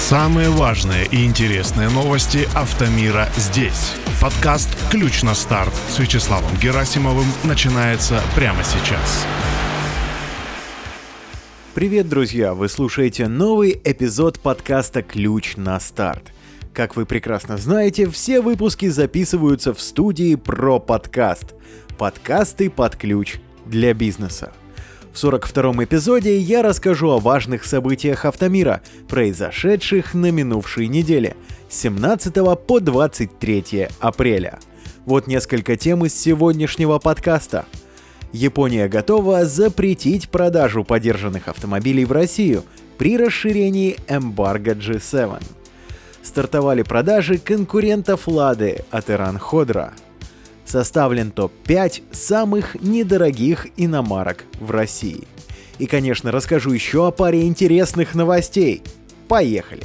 Самые важные и интересные новости автомира здесь. Подкаст «Ключ на старт» с Вячеславом Герасимовым начинается прямо сейчас. Привет, друзья! Вы слушаете новый эпизод подкаста «Ключ на старт». Как вы прекрасно знаете, все выпуски записываются в студии ProPodcast. Подкасты под ключ для бизнеса. В 42-м эпизоде я расскажу о важных событиях автомира, произошедших на минувшей неделе, с 17 по 23 апреля. Вот несколько тем из сегодняшнего подкаста. Япония готова запретить продажу подержанных автомобилей в Россию при расширении эмбарго G7. Стартовали продажи конкурентов Lada от Iran Khodra. Составлен топ-5 самых недорогих иномарок в России. И, конечно, расскажу еще о паре интересных новостей. Поехали!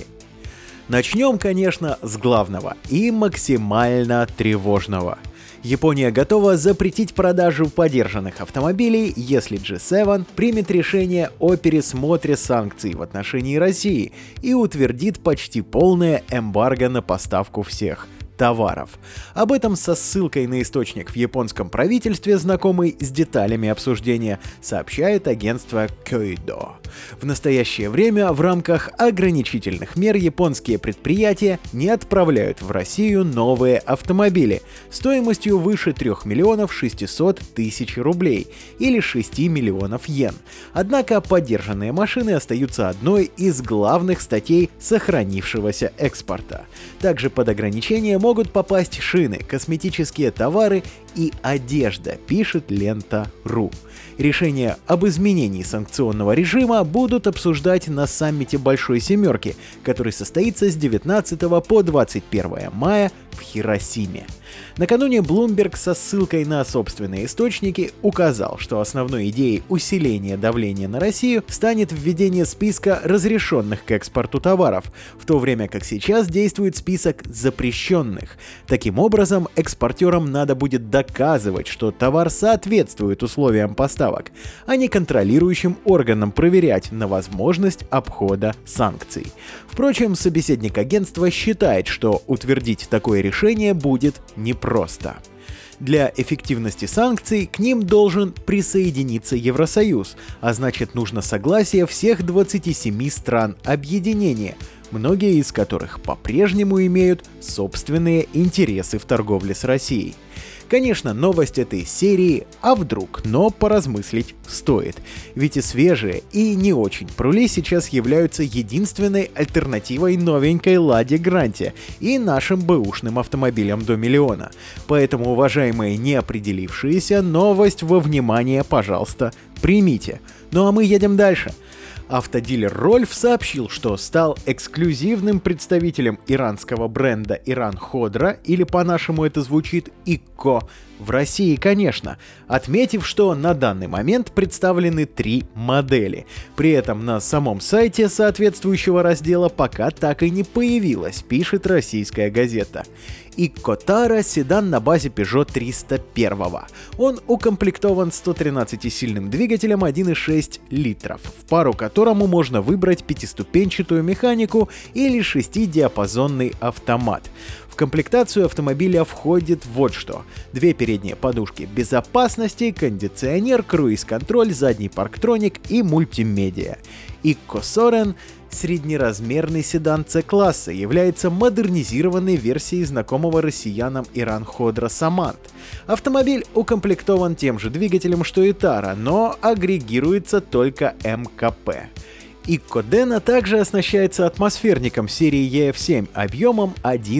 Начнем, конечно, с главного и максимально тревожного. Япония готова запретить продажу подержанных автомобилей, если G7 примет решение о пересмотре санкций в отношении России и утвердит почти полное эмбарго на поставку всех товаров. Об этом со ссылкой на источник в японском правительстве, знакомый с деталями обсуждения, сообщает агентство Kyodo. В настоящее время в рамках ограничительных мер японские предприятия не отправляют в Россию новые автомобили стоимостью выше 3 миллионов 600 тысяч рублей или 6 миллионов йен. Однако подержанные машины остаются одной из главных статей сохранившегося экспорта. Также под ограничение могут попасть шины, косметические товары и одежда, пишет Лента.ру. Решение об изменении санкционного режима будут обсуждать на саммите Большой Семерки, который состоится с 19 по 21 мая в Хиросиме. Накануне Bloomberg со ссылкой на собственные источники указал, что основной идеей усиления давления на Россию станет введение списка разрешенных к экспорту товаров, в то время как сейчас действует список запрещенных. Таким образом, экспортерам надо будет доказывать, что товар соответствует условиям поставок, а не контролирующим органам проверять на возможность обхода санкций. Впрочем, собеседник агентства считает, что утвердить такое решение будет непросто. Для эффективности санкций к ним должен присоединиться Евросоюз, а значит нужно согласие всех 27 стран объединения, многие из которых по-прежнему имеют собственные интересы в торговле с Россией. Конечно, новость этой серии «А вдруг?», но поразмыслить стоит. Ведь и свежие, и не очень прули сейчас являются единственной альтернативой новенькой Ладе Гранте и нашим бэушным автомобилям до миллиона. Поэтому, уважаемые неопределившиеся, новость во внимание, пожалуйста, примите. Ну а мы едем дальше. Автодилер Рольф сообщил, что стал эксклюзивным представителем иранского бренда Iran Khodra, или по-нашему это звучит ИККО, в России, конечно, отметив, что на данный момент представлены 3 модели. При этом на самом сайте соответствующего раздела пока так и не появилось, пишет российская газета. ИККО Тара — седан на базе Peugeot 301. Он укомплектован 113-сильным двигателем 1,6 литров, в пару которому можно выбрать 5-ступенчатую механику или 6-диапазонный автомат. В комплектацию автомобиля входит вот что: 2 передние подушки безопасности, кондиционер, круиз-контроль, задний парктроник и мультимедиа. ИККО Сорен — среднеразмерный седан C-класса, является модернизированной версией знакомого россиянам Iran Khodra Samant. Автомобиль укомплектован тем же двигателем, что и Тара, но агрегируется только МКП. ИККО Дена также оснащается атмосферником серии EF7 объемом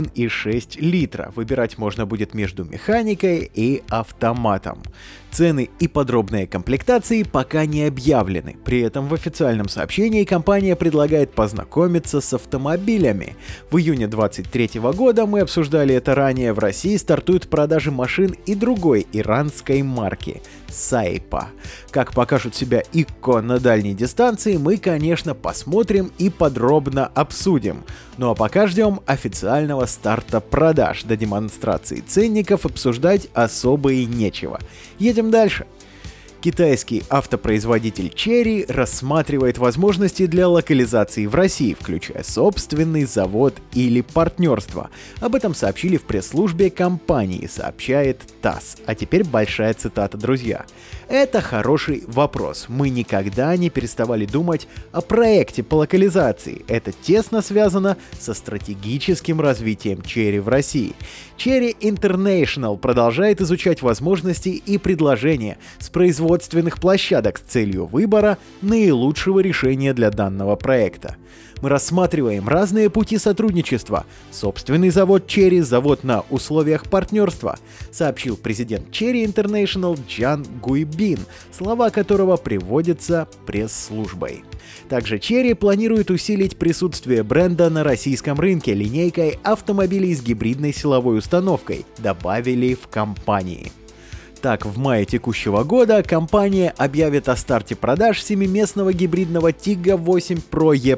1,6 литра. Выбирать можно будет между механикой и автоматом. Цены и подробные комплектации пока не объявлены. При этом в официальном сообщении компания предлагает познакомиться с автомобилями. В июне 2023 года, мы обсуждали это ранее, в России стартуют продажи машин и другой иранской марки – Сайпа. Как покажут себя ИККО на дальней дистанции, мы, конечно, посмотрим и подробно обсудим. Ну а пока ждем официального старта продаж. До демонстрации ценников обсуждать особо и нечего. Едем дальше. Китайский автопроизводитель Chery рассматривает возможности для локализации в России, включая собственный завод или партнерство. Об этом сообщили в пресс-службе компании, сообщает ТАСС. А теперь большая цитата, друзья. «Это хороший вопрос. Мы никогда не переставали думать о проекте по локализации. Это тесно связано со стратегическим развитием Chery в России. Chery International продолжает изучать возможности и предложения с производственных площадок с целью выбора наилучшего решения для данного проекта. Мы рассматриваем разные пути сотрудничества. Собственный завод Chery, завод на условиях партнерства», сообщил президент Chery International Джан Гуйбин, слова которого приводятся пресс-службой. Также Chery планирует усилить присутствие бренда на российском рынке линейкой автомобилей с гибридной силовой установкой, добавили в компании. Так, в мае текущего года компания объявит о старте продаж 7-местного гибридного Tiggo 8 Pro E+.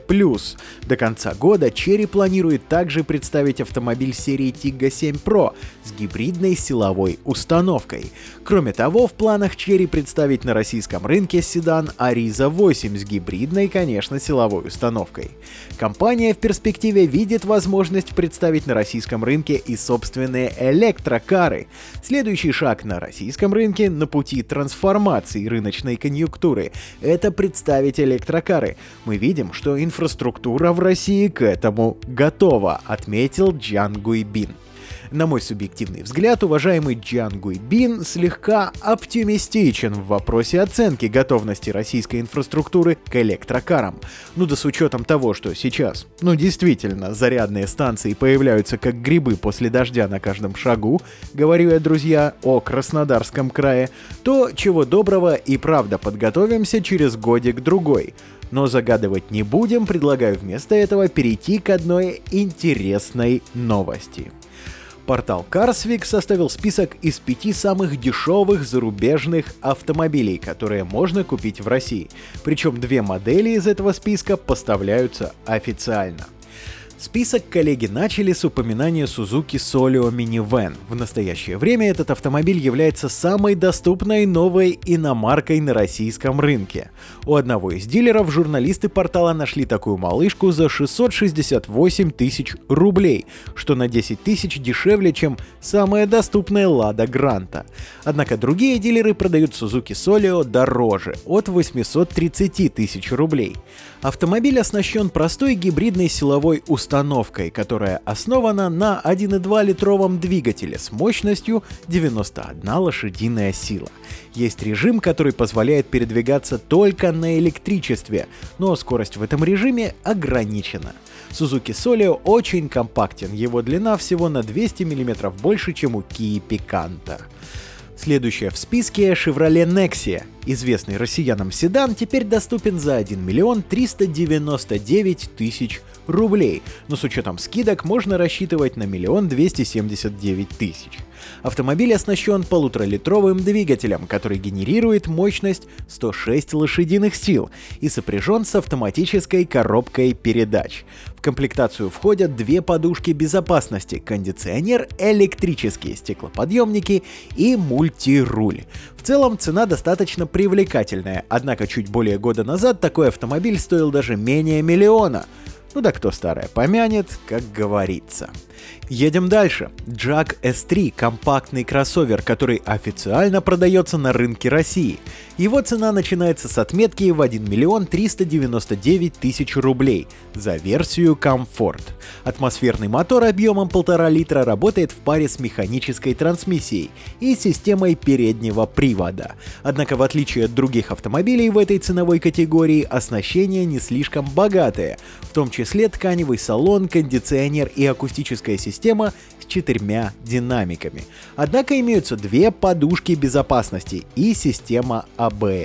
До конца года Chery планирует также представить автомобиль серии Tiggo 7 Pro с гибридной силовой установкой. Кроме того, в планах Chery представить на российском рынке седан Ariza 8 с гибридной, конечно, силовой установкой. Компания в перспективе видит возможность представить на российском рынке и собственные электрокары. Следующий шаг на российском рынке на пути трансформации рыночной конъюнктуры – это представить электрокары. Мы видим, что инфраструктура в России к этому готова, отметил Джан Гуйбин. На мой субъективный взгляд, уважаемый Джан Гуйбин слегка оптимистичен в вопросе оценки готовности российской инфраструктуры к электрокарам. Да с учетом того, что сейчас, действительно, зарядные станции появляются как грибы после дождя на каждом шагу, говорю я, друзья, о Краснодарском крае, то чего доброго и правда подготовимся через годик-другой. Но загадывать не будем, предлагаю вместо этого перейти к одной интересной новости. Портал CarsWeek составил список из 5 самых дешевых зарубежных автомобилей, которые можно купить в России. Причем 2 модели из этого списка поставляются официально. Список коллеги начали с упоминания Suzuki Solio Minivan. В настоящее время этот автомобиль является самой доступной новой иномаркой на российском рынке. У одного из дилеров журналисты портала нашли такую малышку за 668 тысяч рублей, что на 10 тысяч дешевле, чем самая доступная Lada Granta. Однако другие дилеры продают Suzuki Solio дороже, от 830 тысяч рублей. Автомобиль оснащен простой гибридной силовой установкой, которая основана на 1,2-литровом двигателе с мощностью 91 лошадиная сила. Есть режим, который позволяет передвигаться только на электричестве, но скорость в этом режиме ограничена. Suzuki Solio очень компактен, его длина всего на 200 мм больше, чем у Kia Picanto. Следующая в списке Chevrolet Nexia. Известный россиянам седан теперь доступен за 1 миллион 399 тысяч рублей, но с учетом скидок можно рассчитывать на 1 279 000. Автомобиль оснащен 1,5-литровым двигателем, который генерирует мощность 106 лошадиных сил и сопряжен с автоматической коробкой передач. В комплектацию входят 2 подушки безопасности, кондиционер, электрические стеклоподъемники и мультируль. В целом цена достаточно привлекательная, однако чуть более года назад такой автомобиль стоил даже менее 1 миллиона. Да кто старое помянет, как говорится. Едем дальше. Jag S3 – компактный кроссовер, который официально продается на рынке России. Его цена начинается с отметки в 1 миллион 399 тысяч рублей за версию Комфорт. Атмосферный мотор объемом 1,5 литра работает в паре с механической трансмиссией и системой переднего привода. Однако, в отличие от других автомобилей в этой ценовой категории, оснащение не слишком богатое, в том числе тканевый салон, кондиционер и акустическая система с 4 динамиками. Однако имеются 2 подушки безопасности и система ABS.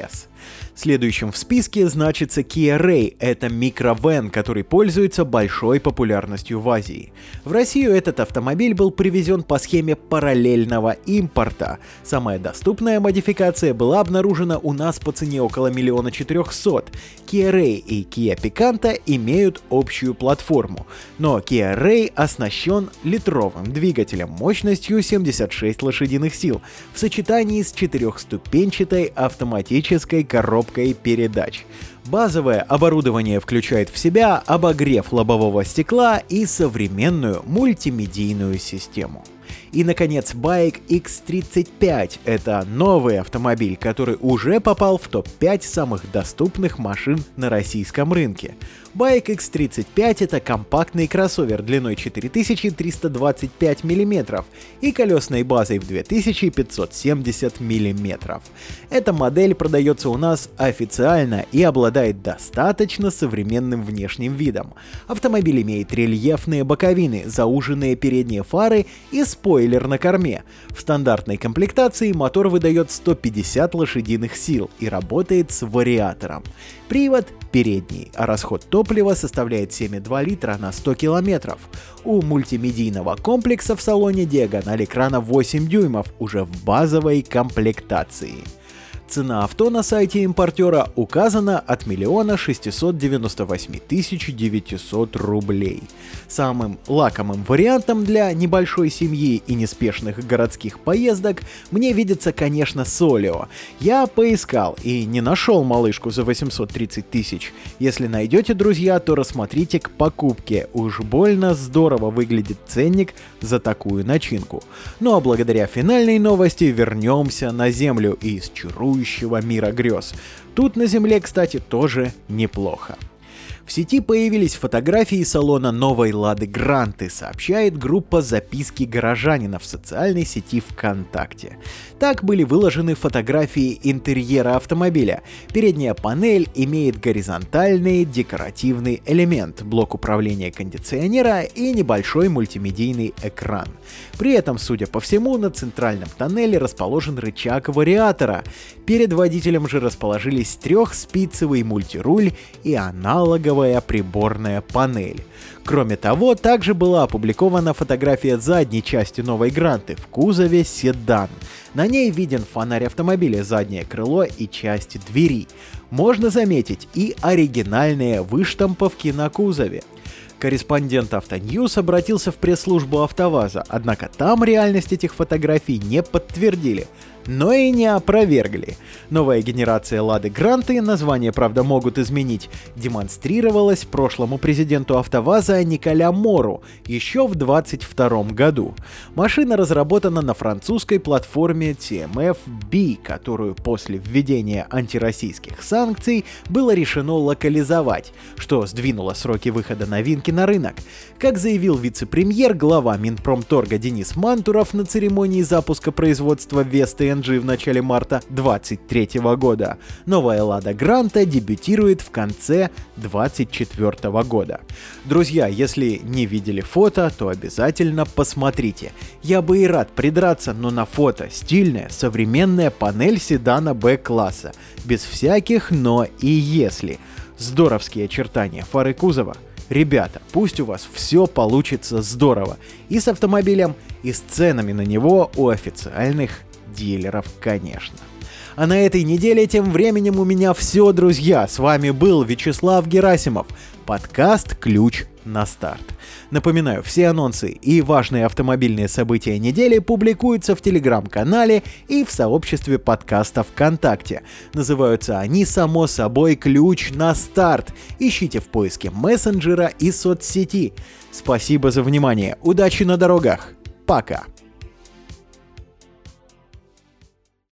Следующим в списке значится Kia Ray. Это микровэн, который пользуется большой популярностью в Азии. В Россию этот автомобиль был привезен по схеме параллельного импорта. Самая доступная модификация была обнаружена у нас по цене около 1 400 000. Kia Ray и Kia Picanto имеют общую платформу, но Kia Ray оснащен литровым двигателем мощностью 76 лошадиных сил в сочетании с 4-ступенчатой автоматической коробкой передач. Базовое оборудование включает в себя обогрев лобового стекла и современную мультимедийную систему. И, наконец, Байк X35 – это новый автомобиль, который уже попал в топ-5 самых доступных машин на российском рынке. Байк X35 – это компактный кроссовер длиной 4325 мм и колесной базой в 2570 мм. Эта модель продается у нас официально и обладает достаточно современным внешним видом. Автомобиль имеет рельефные боковины, зауженные передние фары и спойлер на корме. В стандартной комплектации мотор выдает 150 лошадиных сил и работает с вариатором. Привод передний, а расход топлива составляет 7,2 литра на 100 километров. У мультимедийного комплекса в салоне диагональ экрана 8 дюймов уже в базовой комплектации. Цена авто на сайте импортера указана от 1 698 900 рублей. Самым лакомым вариантом для небольшой семьи и неспешных городских поездок мне видится, конечно, Солио. Я поискал и не нашел малышку за 830 тысяч. Если найдете, друзья, то рассмотрите к покупке. Уж больно здорово выглядит ценник за такую начинку. Ну а благодаря финальной новости вернемся на землю и с чарующим мира грез. Тут на земле, кстати, тоже неплохо. В сети появились фотографии салона новой Лады Гранты, сообщает группа «Записки горожанина» в социальной сети ВКонтакте. Так были выложены фотографии интерьера автомобиля. Передняя панель имеет горизонтальный декоративный элемент, блок управления кондиционера и небольшой мультимедийный экран. При этом, судя по всему, на центральном тоннеле расположен рычаг вариатора. Перед водителем же расположились трехспицевый мультируль и аналоговая приборная панель. Кроме того, также была опубликована фотография задней части новой Гранты в кузове седан. На ней виден фонарь автомобиля, заднее крыло и часть двери. Можно заметить и оригинальные выштамповки на кузове. Корреспондент Автоньюз обратился в пресс-службу АвтоВАЗа, однако там реальность этих фотографий не подтвердили, но и не опровергли. Новая генерация Лады Гранты, название, правда, могут изменить, демонстрировалась прошлому президенту АвтоВАЗа Николя Мору еще в 2022 году. Машина разработана на французской платформе TMF-B, которую после введения антироссийских санкций было решено локализовать, что сдвинуло сроки выхода новинки на рынок. Как заявил вице-премьер, глава Минпромторга Денис Мантуров на церемонии запуска производства Веста в начале марта 2023 года. Новая Лада Гранта дебютирует в конце 2024 года. Друзья, если не видели фото, то обязательно посмотрите. Я бы и рад придраться, но на фото стильная, современная панель седана Б-класса. Без всяких «но» и «если». Здоровские очертания фары кузова. Ребята, пусть у вас все получится здорово. И с автомобилем, и с ценами на него у официальных дилеров, конечно. А на этой неделе тем временем у меня все, друзья. С вами был Вячеслав Герасимов. Подкаст «Ключ на старт». Напоминаю, все анонсы и важные автомобильные события недели публикуются в телеграм-канале и в сообществе подкаста ВКонтакте. Называются они, само собой, «Ключ на старт». Ищите в поиске мессенджера и соцсети. Спасибо за внимание. Удачи на дорогах. Пока.